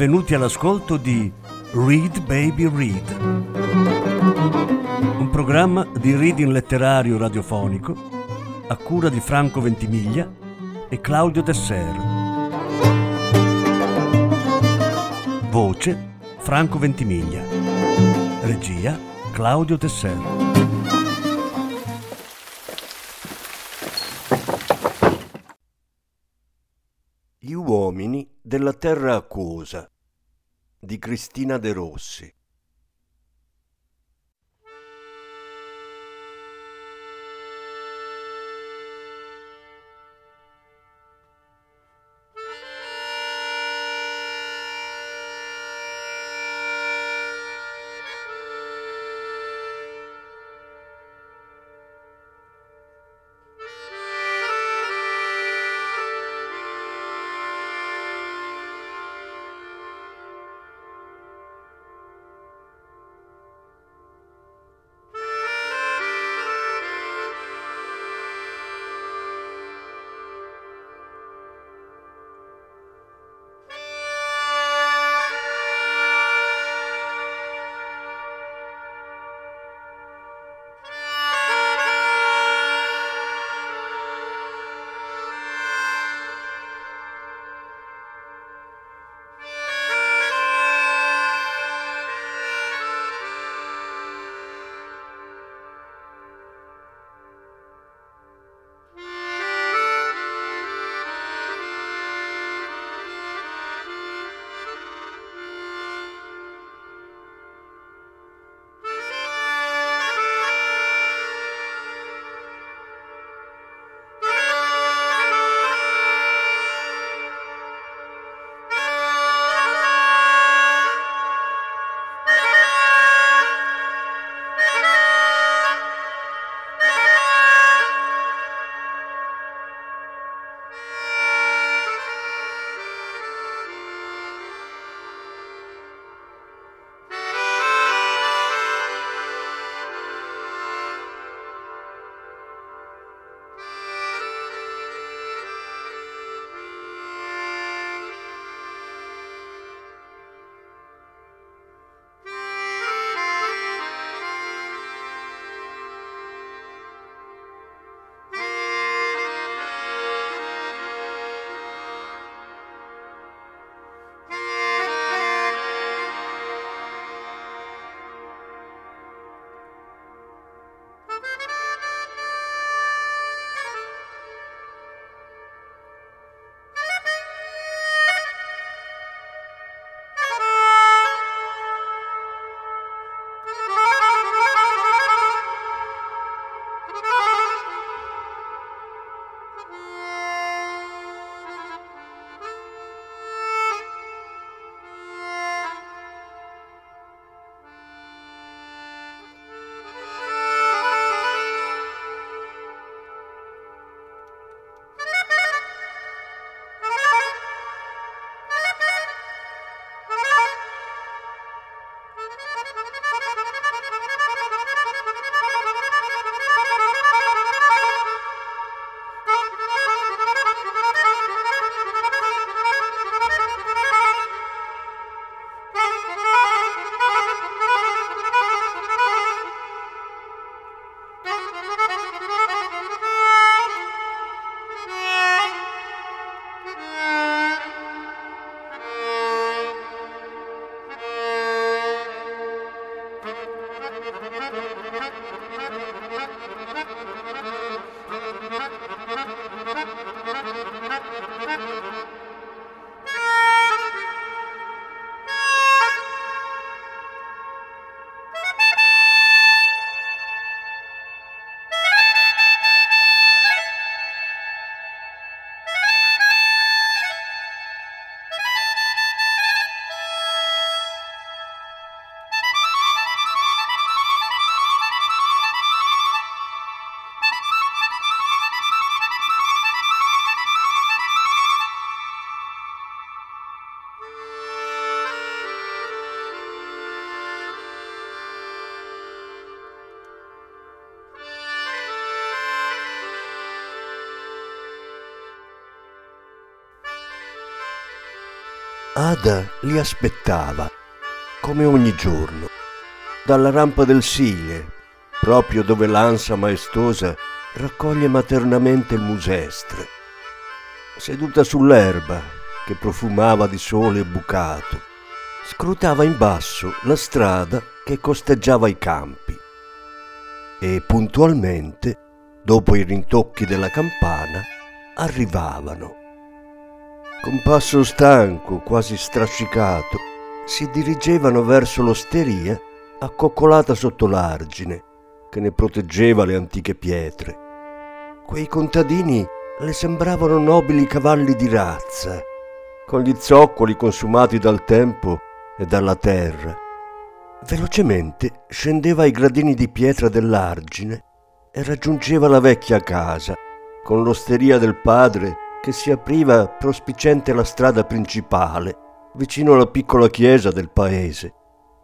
benvenuti all'ascolto di Read Baby Read, un programma di reading letterario radiofonico a cura di Franco Ventimiglia e Claudio Desser. Voce Franco Ventimiglia. Regia Claudio Desser. Gli uomini della terra acquosa di Cristina De Rossi. Ada li aspettava, come ogni giorno, dalla rampa del Sile, proprio dove l'ansa maestosa raccoglie maternamente il musestre. Seduta sull'erba, che profumava di sole bucato, scrutava in basso la strada che costeggiava i campi. E puntualmente, dopo i rintocchi della campana, arrivavano. Con passo stanco, quasi strascicato, si dirigevano verso l'osteria accoccolata sotto l'argine che ne proteggeva le antiche pietre. Quei contadini le sembravano nobili cavalli di razza, con gli zoccoli consumati dal tempo e dalla terra. Velocemente scendeva i gradini di pietra dell'argine e raggiungeva la vecchia casa, con l'osteria del padre che si apriva prospiciente alla strada principale, vicino alla piccola chiesa del paese.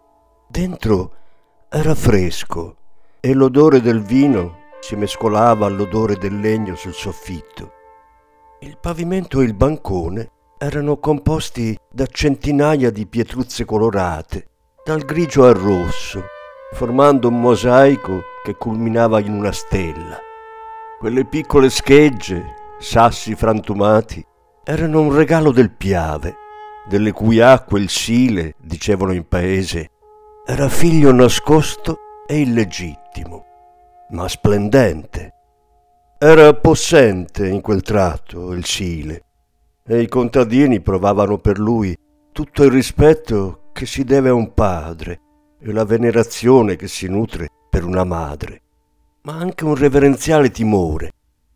Dentro era fresco e l'odore del vino si mescolava all'odore del legno sul soffitto. Il pavimento e il bancone erano composti da centinaia di pietruzze colorate, dal grigio al rosso, formando un mosaico che culminava in una stella. Quelle piccole schegge, sassi frantumati, erano un regalo del Piave, delle cui acque il Sile, dicevano in paese, era figlio nascosto e illegittimo, ma splendente. Era possente in quel tratto il Sile, e i contadini provavano per lui tutto il rispetto che si deve a un padre e la venerazione che si nutre per una madre, ma anche un reverenziale timore.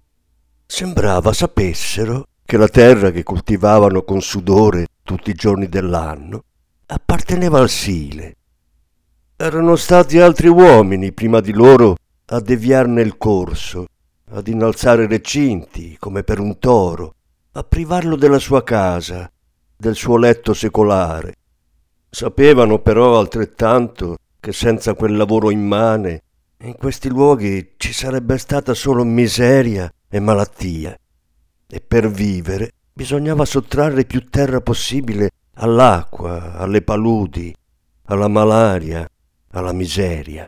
Sembrava sapessero che la terra che coltivavano con sudore tutti i giorni dell'anno apparteneva al Sile. Erano stati altri uomini prima di loro a deviarne il corso, ad innalzare recinti come per un toro, a privarlo della sua casa, del suo letto secolare. Sapevano però altrettanto che senza quel lavoro immane in questi luoghi ci sarebbe stata solo miseria e malattia, e per vivere bisognava sottrarre più terra possibile all'acqua, alle paludi, alla malaria, alla miseria.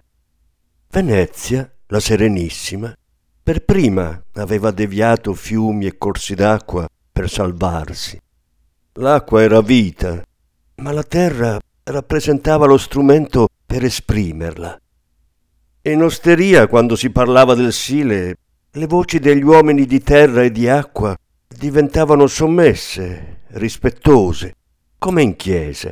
Venezia, la Serenissima, per prima aveva deviato fiumi e corsi d'acqua per salvarsi. L'acqua era vita, ma la terra rappresentava lo strumento per esprimerla. In osteria, quando si parlava del Sile, le voci degli uomini di terra e di acqua diventavano sommesse, rispettose, come in chiesa.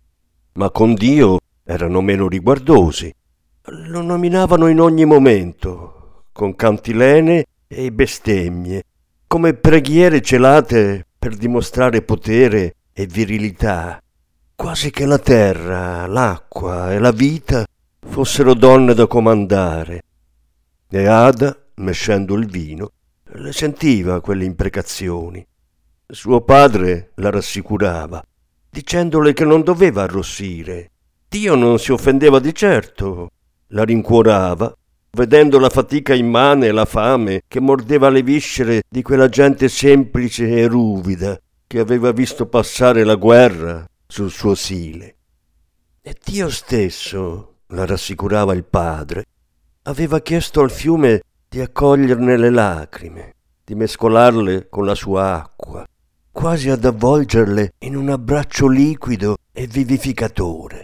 Ma con Dio erano meno riguardosi. Lo nominavano in ogni momento, con cantilene e bestemmie, come preghiere celate per dimostrare potere e virilità, quasi che la terra, l'acqua e la vita fossero donne da comandare. E Ada, mescendo il vino, le sentiva quelle imprecazioni. Suo padre la rassicurava, dicendole che non doveva arrossire. Dio non si offendeva di certo. La rincuorava, vedendo la fatica immane e la fame che mordeva le viscere di quella gente semplice e ruvida che aveva visto passare la guerra sul suo Sile. E Dio stesso, la rassicurava il padre, aveva chiesto al fiume di accoglierne le lacrime, di mescolarle con la sua acqua, quasi ad avvolgerle in un abbraccio liquido e vivificatore.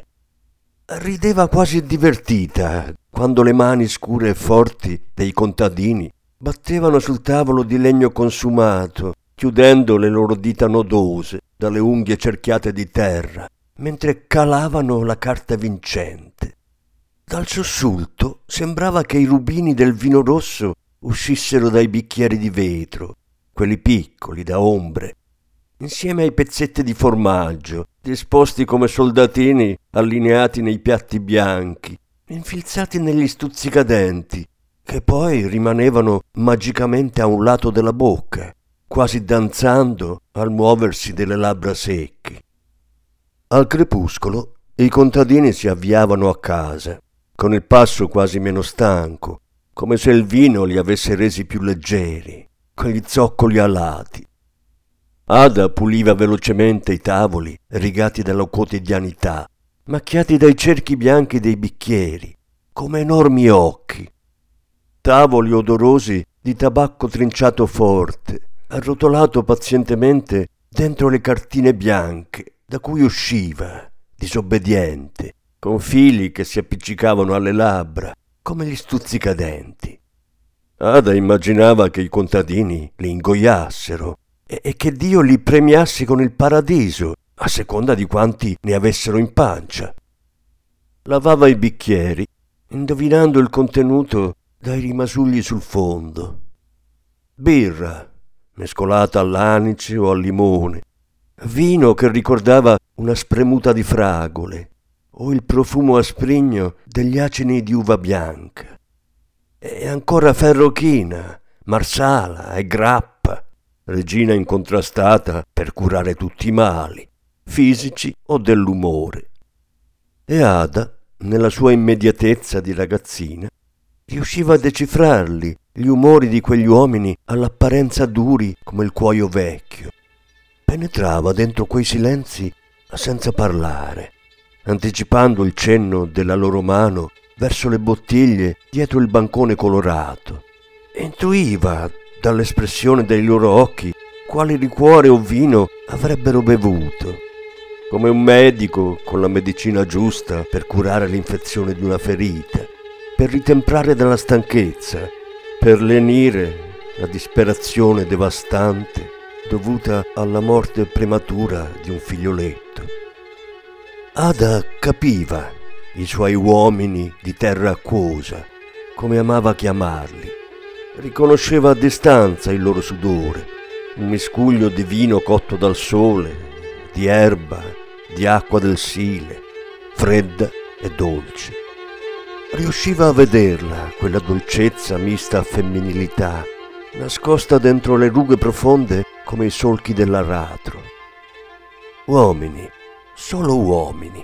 Rideva quasi divertita quando le mani scure e forti dei contadini battevano sul tavolo di legno consumato, chiudendo le loro dita nodose dalle unghie cerchiate di terra, mentre calavano la carta vincente. Dal sussulto sembrava che i rubini del vino rosso uscissero dai bicchieri di vetro, quelli piccoli da ombre, insieme ai pezzetti di formaggio, disposti come soldatini allineati nei piatti bianchi, infilzati negli stuzzicadenti, che poi rimanevano magicamente a un lato della bocca, quasi danzando al muoversi delle labbra secche. Al crepuscolo i contadini si avviavano a casa, con il passo quasi meno stanco, come se il vino li avesse resi più leggeri, con gli zoccoli alati. Ada puliva velocemente i tavoli rigati dalla quotidianità, macchiati dai cerchi bianchi dei bicchieri, come enormi occhi. Tavoli odorosi di tabacco trinciato forte, arrotolato pazientemente dentro le cartine bianche, da cui usciva, disobbediente, con fili che si appiccicavano alle labbra, come gli stuzzicadenti. Ada immaginava che i contadini li ingoiassero e che Dio li premiasse con il paradiso, a seconda di quanti ne avessero in pancia. Lavava i bicchieri, indovinando il contenuto dai rimasugli sul fondo. Birra, mescolata all'anice o al limone, vino che ricordava una spremuta di fragole o il profumo asprigno degli acini di uva bianca. E ancora ferrochina, marsala e grappa, regina incontrastata per curare tutti i mali, fisici o dell'umore. E Ada, nella sua immediatezza di ragazzina, riusciva a decifrarli, gli umori di quegli uomini all'apparenza duri come il cuoio vecchio. Penetrava dentro quei silenzi senza parlare, anticipando il cenno della loro mano verso le bottiglie dietro il bancone colorato. Intuiva dall'espressione dei loro occhi quale liquore o vino avrebbero bevuto, come un medico con la medicina giusta per curare l'infezione di una ferita, per ritemprare dalla stanchezza, per lenire la disperazione devastante dovuta alla morte prematura di un figlioletto. Ada capiva i suoi uomini di terra acquosa, come amava chiamarli. Riconosceva a distanza il loro sudore, un miscuglio di vino cotto dal sole, di erba, di acqua del Sile, fredda e dolce. Riusciva a vederla, quella dolcezza mista a femminilità, nascosta dentro le rughe profonde come i solchi dell'aratro. Uomini, solo uomini.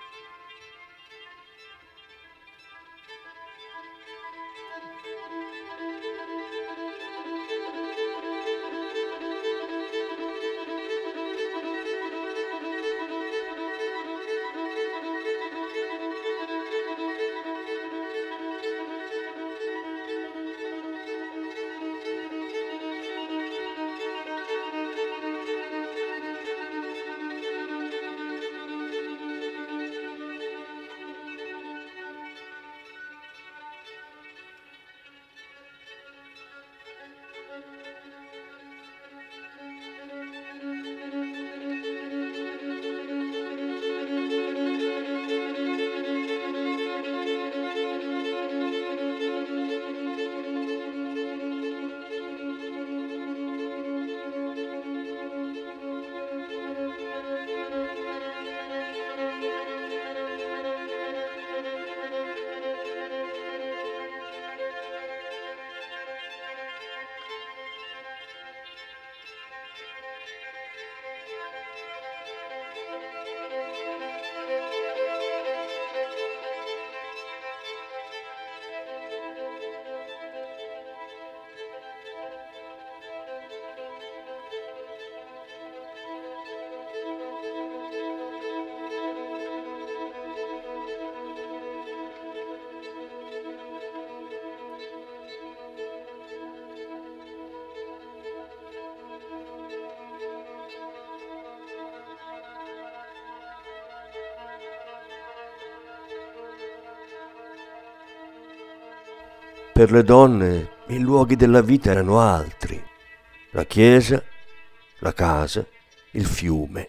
Per le donne i luoghi della vita erano altri: la chiesa, la casa, il fiume.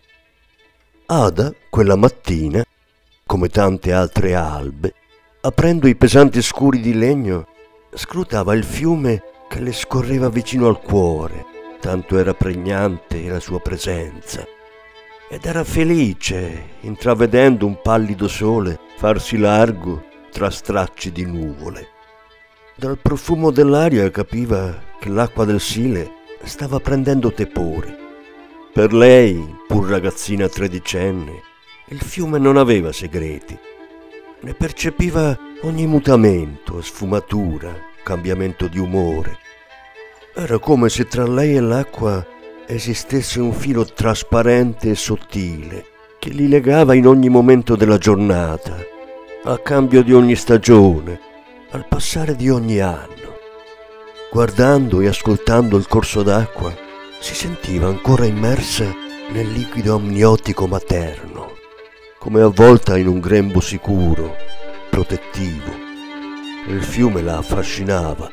Ada, quella mattina, come tante altre albe, aprendo i pesanti scuri di legno, scrutava il fiume che le scorreva vicino al cuore, tanto era pregnante la sua presenza, ed era felice intravedendo un pallido sole farsi largo tra stracci di nuvole. Dal profumo dell'aria capiva che l'acqua del Sile stava prendendo tepore. Per lei, pur ragazzina tredicenne, il fiume non aveva segreti. Ne percepiva ogni mutamento, sfumatura, cambiamento di umore. Era come se tra lei e l'acqua esistesse un filo trasparente e sottile che li legava in ogni momento della giornata, al cambio di ogni stagione, al passare di ogni anno. Guardando e ascoltando il corso d'acqua, si sentiva ancora immersa nel liquido amniotico materno, come avvolta in un grembo sicuro, protettivo. Il fiume la affascinava.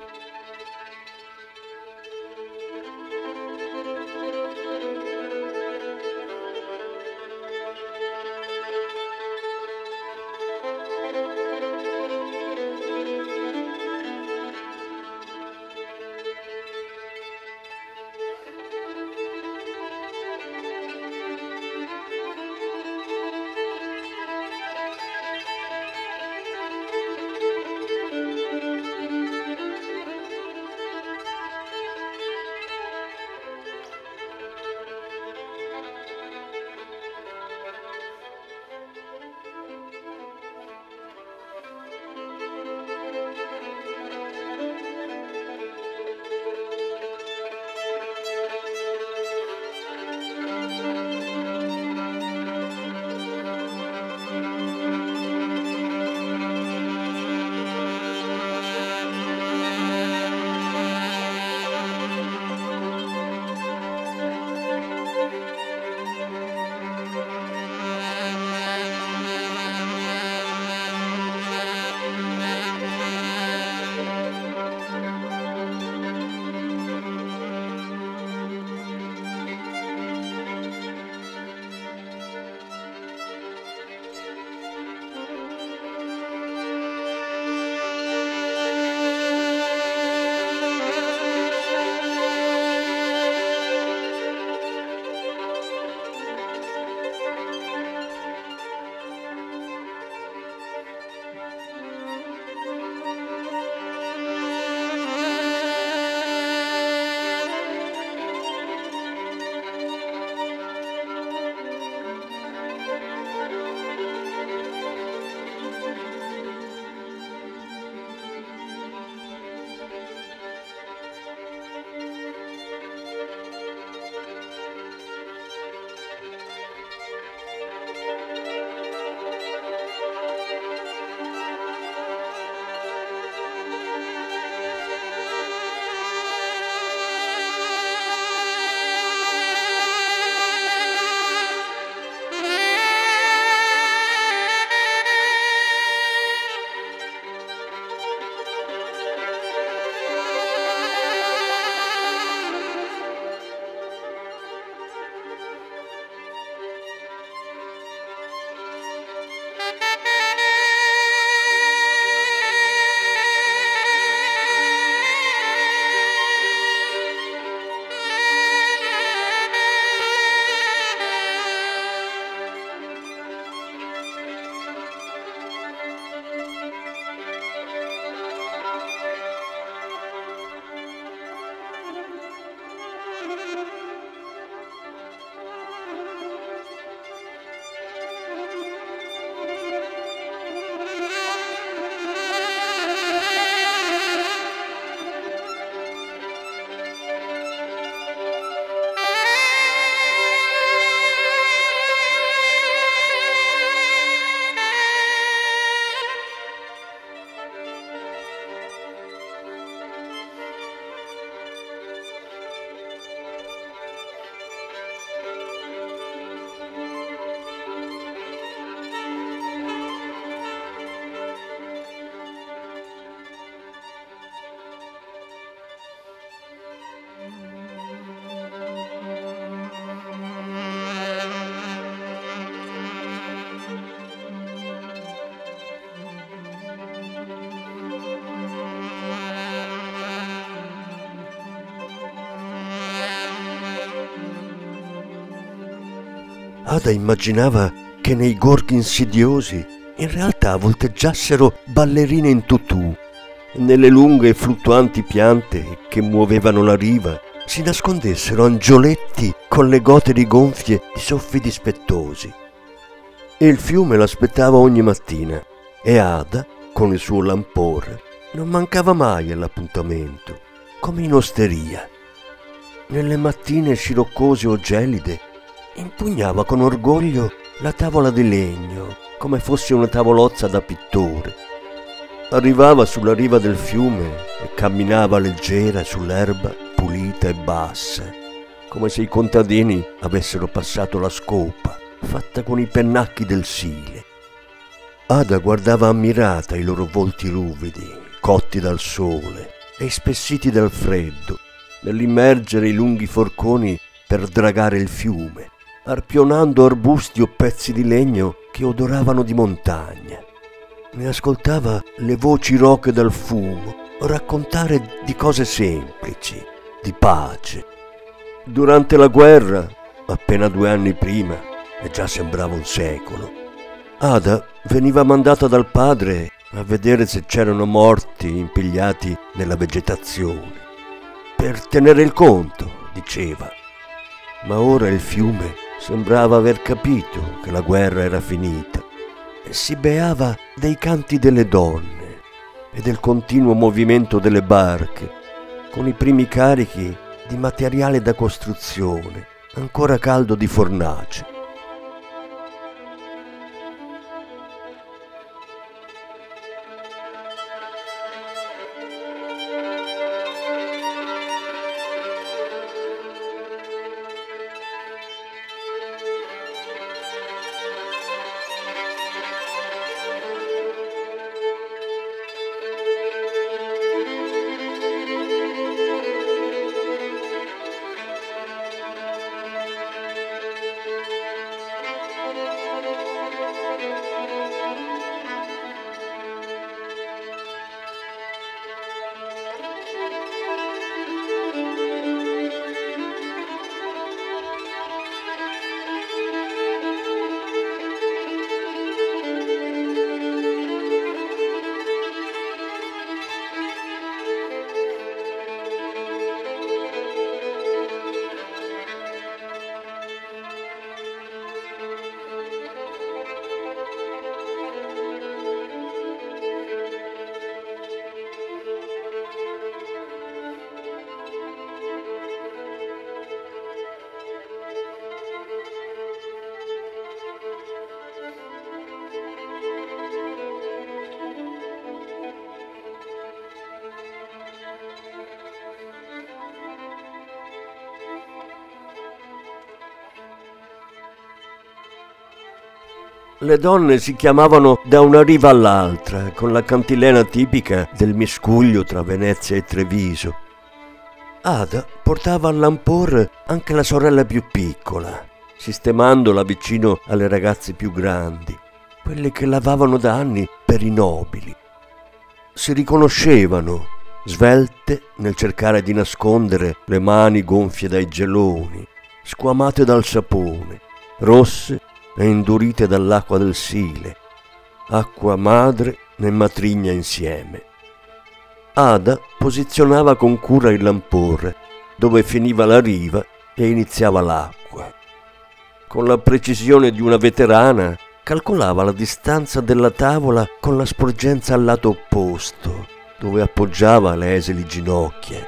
Ada immaginava che nei gorghi insidiosi in realtà volteggiassero ballerine in tutù e nelle lunghe e fluttuanti piante che muovevano la riva si nascondessero angioletti con le gote rigonfie di soffi dispettosi. E il fiume l'aspettava ogni mattina e Ada, con il suo lampore, non mancava mai all'appuntamento, come in osteria. nelle mattine sciroccose o gelide, impugnava con orgoglio la tavola di legno come fosse una tavolozza da pittore. Arrivava sulla riva del fiume e camminava leggera sull'erba pulita e bassa, come se i contadini avessero passato la scopa fatta con i pennacchi del Sile. Ada guardava ammirata i loro volti ruvidi, cotti dal sole e ispessiti dal freddo, nell'immergere i lunghi forconi per dragare il fiume, arpionando arbusti o pezzi di legno che odoravano di montagna. Ne ascoltava le voci roche dal fumo raccontare di cose semplici, di pace. Durante la guerra, appena 2 anni prima, e già sembrava un secolo, Ada veniva mandata dal padre a vedere se c'erano morti impigliati nella vegetazione. Per tenere il conto, diceva. Ma ora il fiume sembrava aver capito che la guerra era finita e si beava dei canti delle donne e del continuo movimento delle barche con i primi carichi di materiale da costruzione ancora caldo di fornace. Le donne si chiamavano da una riva all'altra, con la cantilena tipica del miscuglio tra Venezia e Treviso. Ada portava al lampor anche la sorella più piccola, sistemandola vicino alle ragazze più grandi, quelle che lavavano da anni per i nobili. Si riconoscevano, svelte nel cercare di nascondere le mani gonfie dai geloni, squamate dal sapone, rosse e indurite dall'acqua del Sile, acqua madre e matrigna insieme. Ada posizionava con cura il lampore, dove finiva la riva e iniziava l'acqua. Con la precisione di una veterana, calcolava la distanza della tavola con la sporgenza al lato opposto, dove appoggiava le esili ginocchia.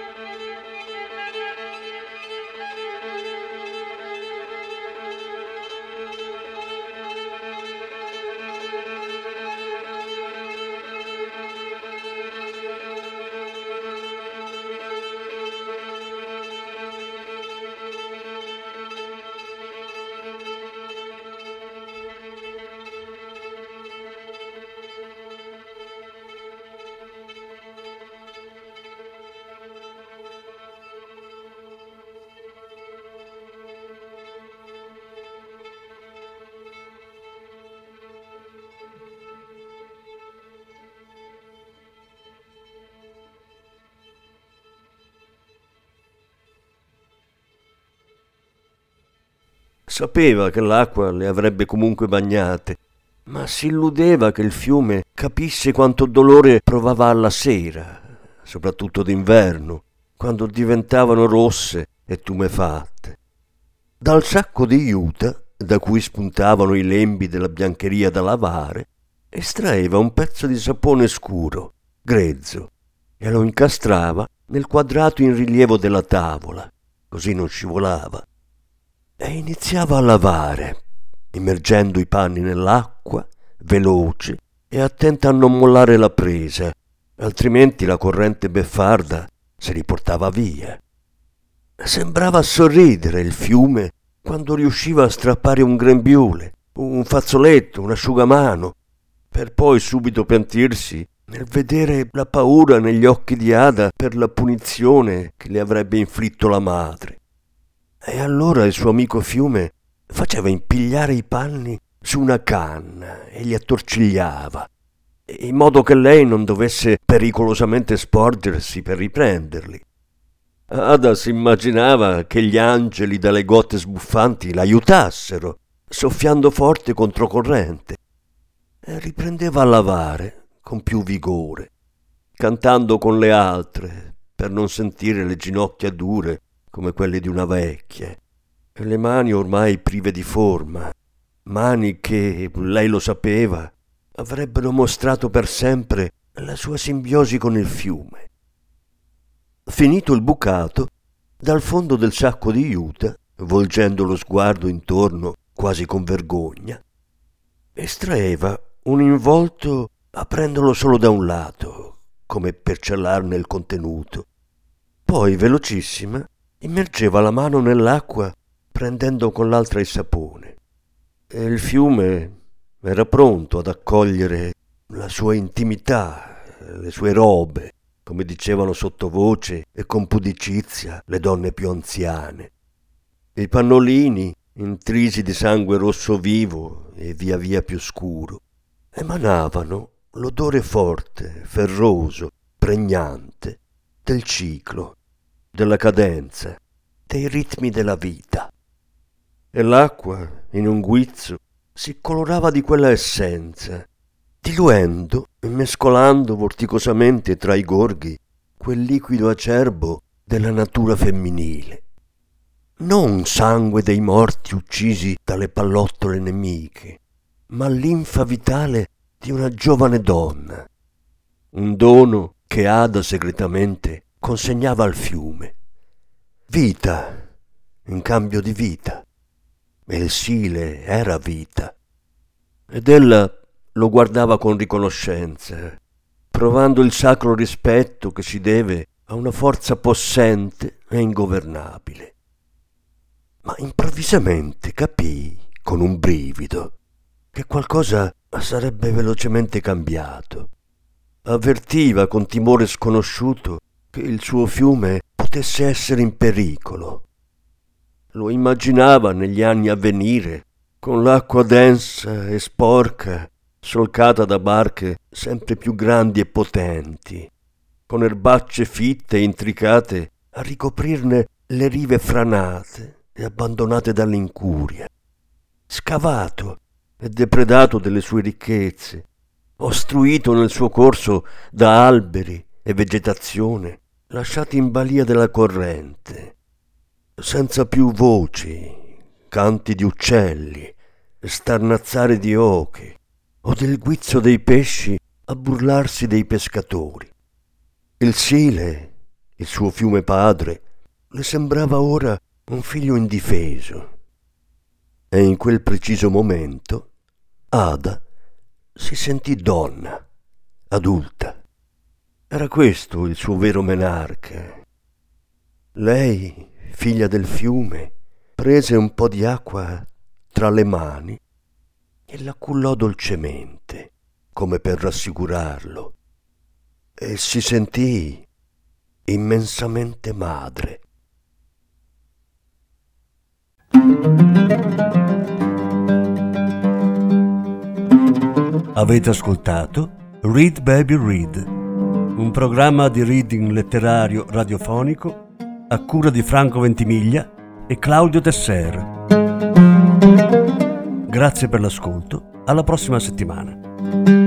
Sapeva che l'acqua le avrebbe comunque bagnate, ma si illudeva che il fiume capisse quanto dolore provava alla sera, soprattutto d'inverno, quando diventavano rosse e tumefatte. Dal sacco di juta, da cui spuntavano i lembi della biancheria da lavare, estraeva un pezzo di sapone scuro, grezzo, e lo incastrava nel quadrato in rilievo della tavola, così non scivolava, e iniziava a lavare, immergendo i panni nell'acqua, veloce e attenta a non mollare la presa, altrimenti la corrente beffarda se li portava via. Sembrava sorridere il fiume quando riusciva a strappare un grembiule, un fazzoletto, un asciugamano, per poi subito pentirsi nel vedere la paura negli occhi di Ada per la punizione che le avrebbe inflitto la madre. E allora il suo amico fiume faceva impigliare i panni su una canna e li attorcigliava, in modo che lei non dovesse pericolosamente sporgersi per riprenderli. Ada si immaginava che gli angeli dalle gote sbuffanti l'aiutassero, soffiando forte controcorrente, e riprendeva a lavare con più vigore, cantando con le altre per non sentire le ginocchia dure come quelle di una vecchia, e le mani ormai prive di forma, mani che, lei lo sapeva, avrebbero mostrato per sempre la sua simbiosi con il fiume. Finito il bucato, dal fondo del sacco di juta, volgendo lo sguardo intorno quasi con vergogna, estraeva un involto aprendolo solo da un lato, come per celarne il contenuto. Poi, velocissima, immergeva la mano nell'acqua prendendo con l'altra il sapone. E il fiume era pronto ad accogliere la sua intimità, le sue robe, come dicevano sottovoce e con pudicizia le donne più anziane. I pannolini, intrisi di sangue rosso vivo e via via più scuro, emanavano l'odore forte, ferroso, pregnante del ciclo, della cadenza, dei ritmi della vita. E l'acqua, in un guizzo, si colorava di quella essenza, diluendo e mescolando vorticosamente tra i gorghi quel liquido acerbo della natura femminile. Non sangue dei morti uccisi dalle pallottole nemiche, ma linfa vitale di una giovane donna, un dono che Ada segretamente consegnava al fiume. Vita in cambio di vita, e il Sile era vita, ed ella lo guardava con riconoscenza, provando il sacro rispetto che si deve a una forza possente e ingovernabile. Ma improvvisamente capì, con un brivido, che qualcosa sarebbe velocemente cambiato. Avvertiva con timore sconosciuto che il suo fiume potesse essere in pericolo. Lo immaginava negli anni a venire, con l'acqua densa e sporca, solcata da barche sempre più grandi e potenti, con erbacce fitte e intricate a ricoprirne le rive franate e abbandonate dall'incuria, scavato e depredato delle sue ricchezze, ostruito nel suo corso da alberi e vegetazione lasciati in balia della corrente, senza più voci, canti di uccelli, starnazzare di oche o del guizzo dei pesci a burlarsi dei pescatori. Il Sile, il suo fiume padre, le sembrava ora un figlio indifeso. E in quel preciso momento Ada si sentì donna, adulta. Era questo il suo vero menarca. Lei, figlia del fiume, prese un po' di acqua tra le mani e la cullò dolcemente, come per rassicurarlo, e si sentì immensamente madre. Avete ascoltato Read Baby Read, un programma di reading letterario radiofonico a cura di Franco Ventimiglia e Claudio Tesser. Grazie per l'ascolto, alla prossima settimana.